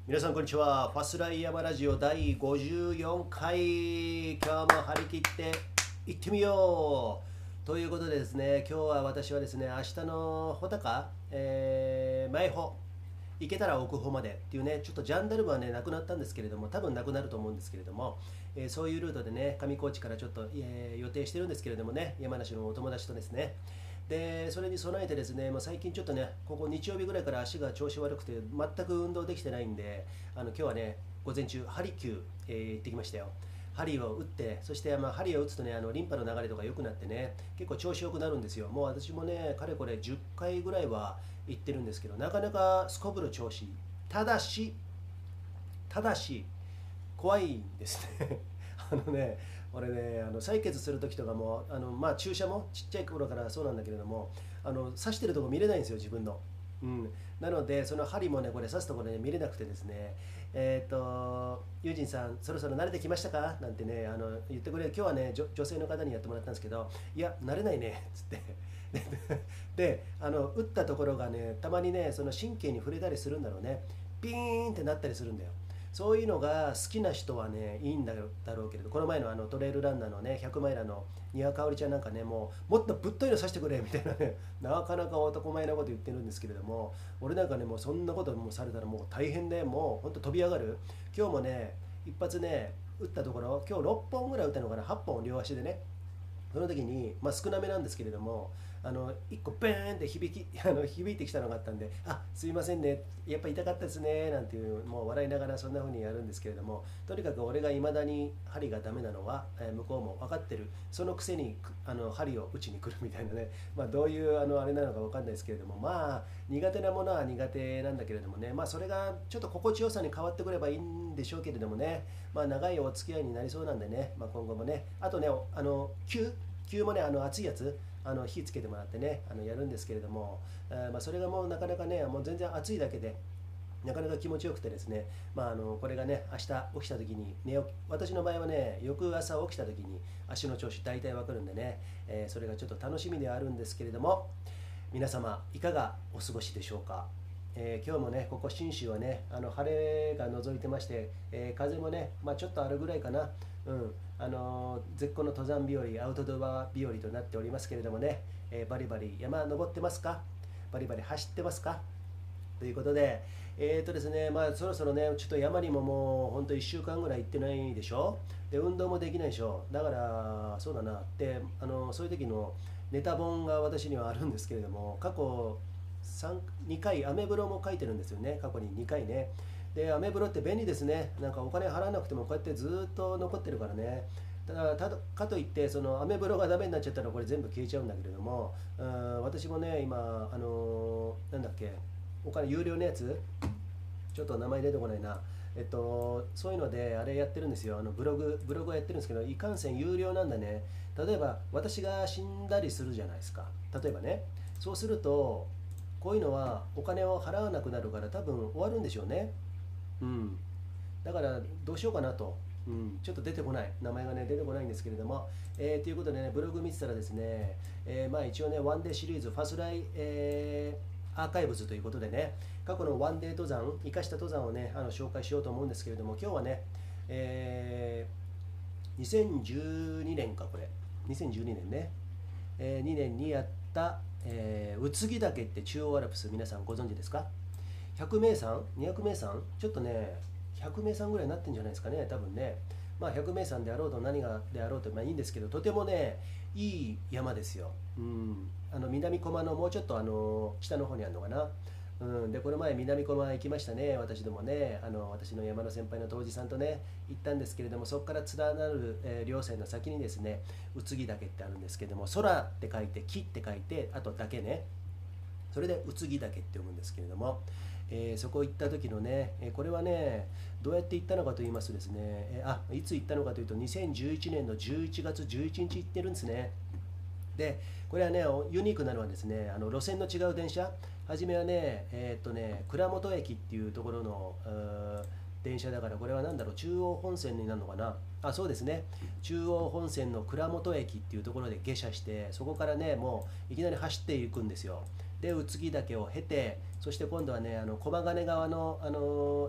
皆さんこんにちは。ファスライヤマラジオ第54回。今日も張り切って行ってみようということでですね、今日は私はですね、明日の穂高、前穂、行けたら奥穂までっていうね、ちょっとジャンダルムはね、なくなったんですけれども、多分なくなると思うんですけれども、そういうルートでね、上高地からちょっと、予定してるんですけれどもね、山梨のお友達とですね、でそれに備えてですね、最近ちょっとね、ここ日曜日ぐらいから足が調子悪くて、全く運動できてないんで、今日はね、午前中、ハリキュー、行ってきましたよ。針を打って、そして、針を打つとね、リンパの流れとか良くなってね、結構調子良くなるんですよ。もう私もね、かれこれ10回ぐらいは行ってるんですけど、なかなかすこぶる調子。ただし、ただし、怖いんですね。俺ね、採血する時とかも、注射もちっちゃい頃からそうなんだけれども、刺してるとこ見れないんですよ、自分の。うん、なので、その針もね、これ刺すところね、見れなくてですね、ユージンさん、そろそろ慣れてきましたかなんてね、言ってくれる、今日はね、女性の方にやってもらったんですけど、いや、慣れないね、つって。で、打ったところがね、たまにね、その神経に触れたりするんだろうね、ピーンってなったりするんだよ。そういうのが好きな人はねいいんだろうけれど、この前のトレイルランナーのね100マイラーの丹羽香織ちゃんなんかね、もっとぶっといのさせてくれみたいなね、なかなか男前なこと言ってるんですけれども、俺なんかね、もうそんなこともされたらもう大変で、もうほんと飛び上がる。今日もね、一発ね打ったところ、今日6本ぐらい打ったのかな、8本両足でね。その時に、少なめなんですけれども、1個ベーンって響いてきたのがあったんで、あ、すいませんね、やっぱ痛かったですねなんていう、もう笑いながらそんな風にやるんですけれども、とにかく俺がいまだに針がダメなのは、向こうも分かってる。そのくせに針を打ちに来るみたいなね、どういうあれなのか分かんないですけれども、苦手なものは苦手なんだけれどもね、それがちょっと心地よさに変わってくればいいんでしょうけれどもね、長いお付き合いになりそうなんでね、今後もね、あとね、球もね、熱いやつ、火つけてもらってね、やるんですけれども、それがもうなかなかね、もう全然熱いだけで、なかなか気持ちよくてですね、これがね、明日起きた時に私の場合はね、翌朝起きた時に足の調子大体わかるんでね、それがちょっと楽しみではあるんですけれども、皆様いかがお過ごしでしょうか。今日もね、ここ信州はね、晴れが覗いてまして、風もね、ちょっとあるぐらいかな、絶好の登山日和、アウトドア日和となっておりますけれどもね、バリバリ山登ってますか、バリバリ走ってますかということで、ですね、そろそろね、ちょっと山にももうほんと1週間ぐらい行ってないでしょ。で、運動もできないでしょ。だから、そうだなって、そういう時のネタ本が私にはあるんですけれども、過去2回、アメブロも書いてるんですよね、過去に2回ね。で、アメブロって便利ですね。なんかお金払わなくてもこうやってずっと残ってるからね。ただかといってそのアメブロがダメになっちゃったらこれ全部消えちゃうんだけれども、私もね今なんだっけ、お金有料のやつ、ちょっと名前出てこないな。そういうのであれやってるんですよ。ブログをやってるんですけど、いかんせん有料なんだね。例えば私が死んだりするじゃないですか。例えばね、そうするとこういうのはお金を払わなくなるから多分終わるんでしょうね。うん、だからどうしようかなと、ちょっと出てこない、名前がね出てこないんですけれども、ということでね、ブログ見てたらですね、一応ね、ワンデーシリーズ、ファスライ、アーカイブズということでね、過去のワンデー登山、生かした登山をね、紹介しようと思うんですけれども、今日はね、2012年か、これ、2012年ね、2年にやった、宇津木岳って中央アルプス、皆さんご存知ですか？ 100 名山、200名山、ちょっとね、100名山ぐらいになってんじゃないですかね、多分ね。100名山であろうと何がであろうといいんですけど、とてもね、いい山ですよ。南駒のもうちょっと北の方にあるのかな。でこの前南駒行きましたね。私どもね、私の山の先輩の杜氏さんとね行ったんですけれども、そこから連なる、稜線の先にですね、宇津木岳ってあるんですけども、空って書いて木って書いて、あと岳ね、それで宇津木岳って読むんですけれども、そこ行った時のね、これはね、どうやって行ったのかと言いますとですね、いつ行ったのかというと、2011年の11月11日行ってるんですね。で、これはね、ユニークなのはですね、路線の違う電車、初めはね、蔵元駅っていうところの電車だから、これは何だろう、中央本線になるのかな。そうですね、中央本線の蔵元駅っていうところで下車して、そこからね、もういきなり走っていくんですよ。で、宇津木岳を経て、そして今度はね、駒ヶ根川の、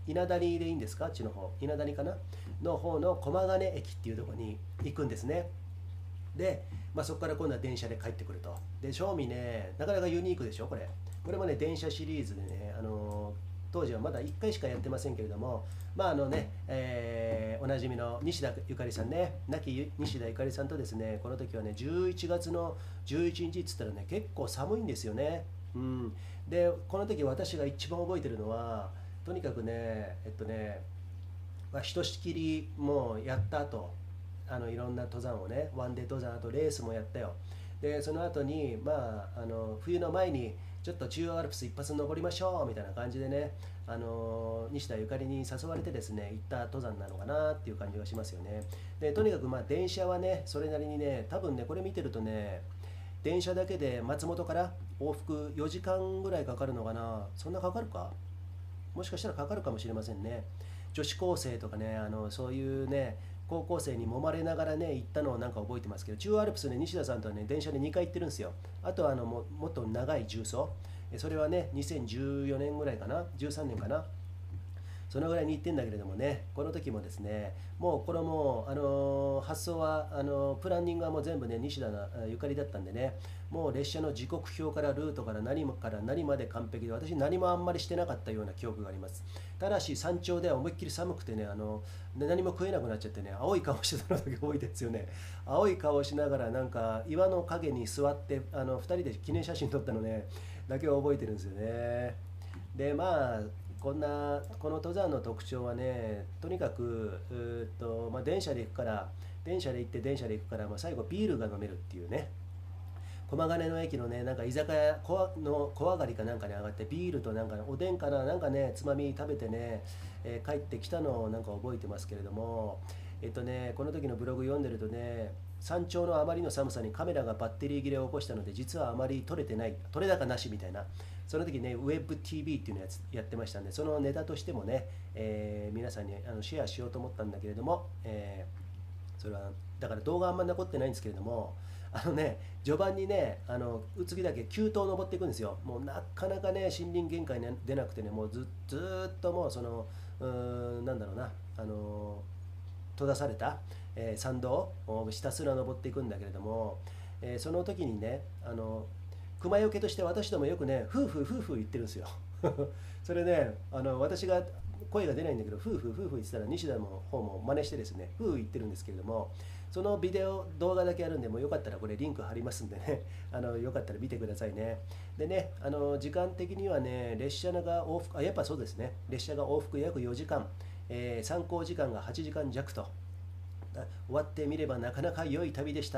稲谷でいいんですか、あっちの方、稲谷かなの方の駒ヶ根駅っていうところに行くんですね。で、そこから今度は電車で帰ってくると。で、正味ね、なかなかユニークでしょ、これ。これもね、電車シリーズでね、当時はまだ1回しかやってませんけれども、おなじみの西田ゆかりさんね、亡き西田ゆかりさんとですね、この時はね、11月の11日っつったらね、結構寒いんですよね。うん。で、この時私が一番覚えてるのは、とにかくね、ひとしきりもうやった後、いろんな登山をね、ワンデー登山、あとレースもやったよ。でその後に冬の前にちょっと中央アルプス一発登りましょうみたいな感じでね、西田ゆかりに誘われてですね行った登山なのかなっていう感じがしますよね。でとにかく電車はねそれなりにね、多分ねこれ見てるとね、電車だけで松本から往復4時間ぐらいかかるのかな、そんなかかるか、もしかしたらかかるかもしれませんね。女子高生とかね、そういうね高校生に揉まれながらね行ったのをなんか覚えてますけど、中央アルプスね、西田さんとはね電車で2回行ってるんですよ。あとはもっと長い重曹、それはね2014年ぐらいかな、13年かな、そのぐらいに行ってんだけれどもね、この時もですね、もうこれも、発想はプランニングはもう全部ね西田のゆかりだったんでね、もう列車の時刻表からルートから何まで完璧で、私何もあんまりしてなかったような記憶があります。ただし山頂では思いっきり寒くてね、何も食えなくなっちゃってね、青い顔してたのだけ覚えてるんですよね。青い顔しながらなんか岩の陰に座って2人で記念写真撮ったのねだけを覚えてるんですよね。でこの登山の特徴はね、とにかく電車で行くから電車で行って電車で行くから、最後ビールが飲めるっていうね、駒ヶ根の駅のねなんか居酒屋の小上がりかなんかに上がってビールとなんかおでんかななんかねつまみ食べてね、帰ってきたのをなんか覚えてますけれども、この時のブログ読んでるとね、山頂のあまりの寒さにカメラがバッテリー切れを起こしたので実はあまり撮れてない、撮れ高なしみたいな、その時ねウェブ TV っていうのやってましたんで、そのネタとしてもね、皆さんにシェアしようと思ったんだけれども、それはだから動画あんま残ってないんですけれども、序盤にね宇津木岳急登登っていくんですよ。もうなかなかね森林限界に出なくてね、もうずっともうなんだろうな、閉ざされた、山道をひたすら登っていくんだけれども、その時にね熊よけとして私どもよくね夫婦夫婦言ってるんですよそれね私が声が出ないんだけど夫婦夫婦言ってたら西田の方も真似してですね夫婦言ってるんですけれども、そのビデオ動画だけあるんで、もうよかったらこれリンク貼りますんでねよかったら見てくださいね。でね時間的にはね列車が往復やっぱそうですね、列車が往復約4時間、参考時間が8時間弱と、終わってみればなかなか良い旅でした。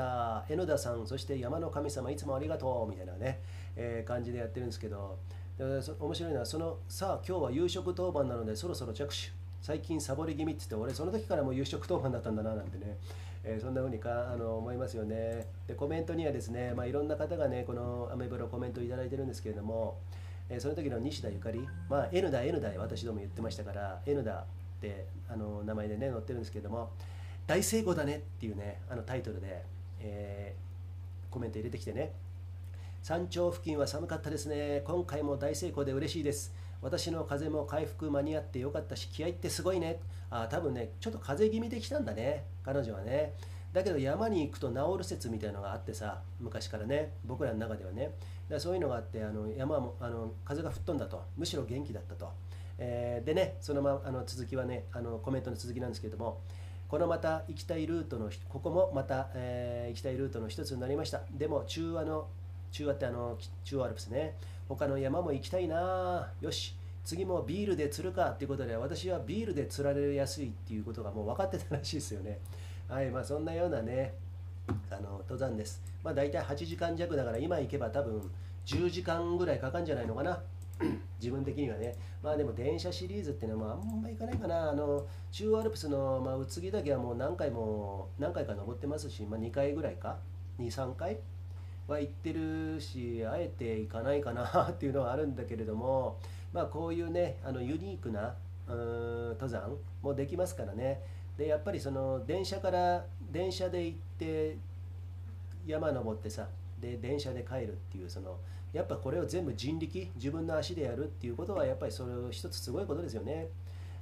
榎田さん、そして山の神様、いつもありがとうみたいなね、感じでやってるんですけど、面白いのはさあ今日は夕食当番なのでそろそろ着手。最近サボり気味って言って、俺その時からもう夕食当番だったんだななんてね、そんな風に思いますよね。でコメントにはですね、いろんな方がねこのアメブロコメントいただいてるんですけれども、その時の西田ゆかり、N だ N だ私ども言ってましたから N だって名前でね載ってるんですけれども、大成功だねっていうねタイトルで、コメント入れてきてね、山頂付近は寒かったですね。今回も大成功で嬉しいです。私の風邪も回復間に合ってよかったし、気合ってすごいね。多分ねちょっと風邪気味できたんだね彼女はね。だけど山に行くと治る説みたいなのがあってさ、昔からね僕らの中ではね、だからそういうのがあって山も風が吹っ飛んだと、むしろ元気だったと、でねその続きはねコメントの続きなんですけれども、このまた行きたいルートのここもまた、行きたいルートの一つになりました。でも中和って中央アルプスね、他の山も行きたいな、よし次もビールで釣るかっていうことで、私はビールで釣られやすいっていうことがもう分かってたらしいですよね。はい、そんなようなね登山です。大体8時間弱だから今行けば多分10時間ぐらいかかるんじゃないのかな自分的にはね。でも電車シリーズっていうのはあんま行かないかな。中央アルプスの、宇津木岳はもう何回か登ってますし、2回ぐらいか23回は行ってるし、あえて行かないかなっていうのはあるんだけれども、こういうねユニークな登山もできますからね。でやっぱり電車で行って山登ってさ、で電車で帰るっていうやっぱこれを全部自分の足でやるっていうことはやっぱりそれを一つすごいことですよね。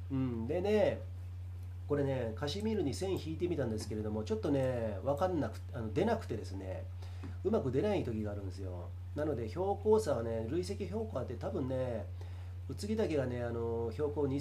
でね、これね、カシミールに線引いてみたんですけれども、ちょっとね、分かんなく出なくてですね、うまく出ない時があるんですよ。なので、標高差はね、累積標高って多分ね、宇津木岳がね、標高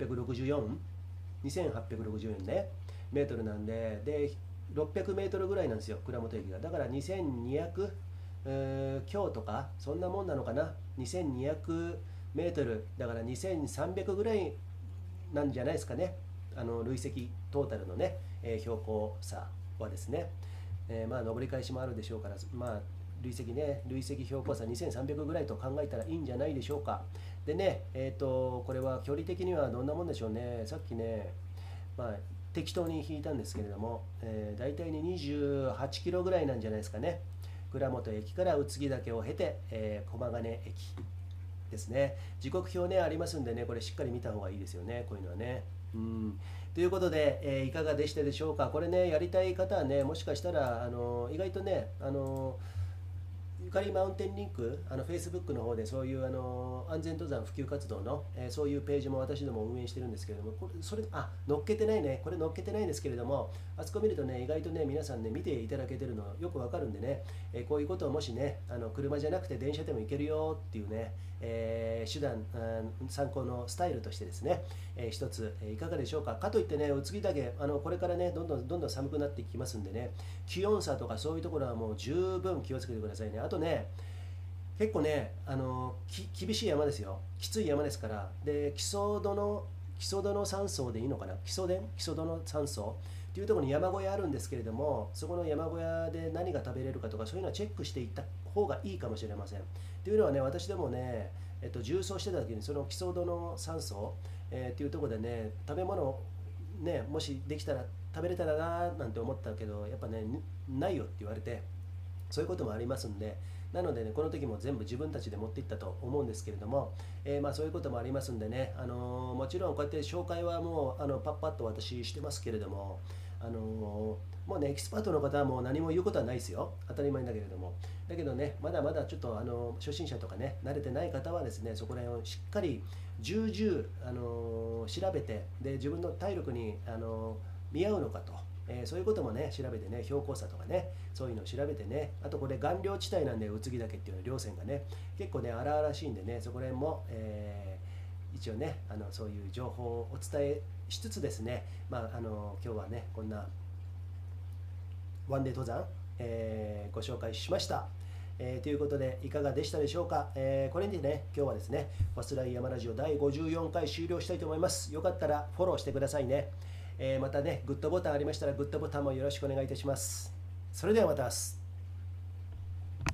2864、2864ね、メートルなんで、600メートルぐらいなんですよ、倉本駅が。だから2200、強とか、そんなもんなのかな、2200メートル、だから2300ぐらいなんじゃないですかね、累積トータルのね、標高差はですね、まあ上り返しもあるでしょうから、まあ累積標高差2300ぐらいと考えたらいいんじゃないでしょうか。でね、これは距離的にはどんなもんでしょうね。さっきね、まあ適当に引いたんですけれども、大体に28キロぐらいなんじゃないですかね。倉本駅から宇津木岳を経て、駒ヶ根駅ですね。時刻表ねありますんでね、これしっかり見た方がいいですよね、こういうのはね。ということで、いかがでしたでしょうか。これね、やりたい方はね、もしかしたら意外とね、ゆかりマウンテンリンク、Facebook の方でそういう安全登山普及活動の、そういうページも私ども運営してるんですけれども、載っけてないね、これ載っけてないですけれども、あそこ見るとね、意外とね、皆さんね、見ていただけてるのよくわかるんでね、こういうことをもしね、車じゃなくて電車でも行けるよっていうね、手段、参考のスタイルとしてですね、一つ、いかがでしょうか。かといってね、宇津木岳、これからね、どんどん寒くなっていきますんでね、気温差とかそういうところはもう十分気をつけてくださいね。あとね、結構ね、厳しい山ですよ。きつい山ですから。で、基礎土の山荘でいいのかな、基礎土の山荘っていうところに山小屋あるんですけれども、そこの山小屋で何が食べれるかとか、そういうのはチェックしていった方がいいかもしれません。っていうのはね、私でもね、重走してた時にその基礎土の山荘、っていうところでね、食べ物ね、もしできたら食べれたらななんて思ったけど、やっぱね、ないよって言われて、そういうこともありますんで、なのでね、この時も全部自分たちで持っていったと思うんですけれども、まあ、そういうこともありますんでね、もちろんこうやって紹介はもうパッパッと私してますけれども、もうね、エキスパートの方はもう何も言うことはないですよ、当たり前だけれども。だけどね、まだまだちょっと初心者とかね、慣れてない方はですね、そこら辺をしっかり重々、調べて、で自分の体力に、見合うのかと。そういうこともね調べてね、標高差とかね、そういうのを調べてね、あとこれ岩稜地帯なんで、宇津木岳っていうのは稜線がね結構ね荒々しいんでね、そこら辺も、一応ねそういう情報をお伝えしつつですね、まあ今日はねこんなワンデー登山、ご紹介しました。ということでいかがでしたでしょうか。これにてね、今日はですねファスライ山ラジオ第54回終了したいと思います。よかったらフォローしてくださいね。またねグッドボタンありましたらグッドボタンもよろしくお願いいたします。それではまた明日。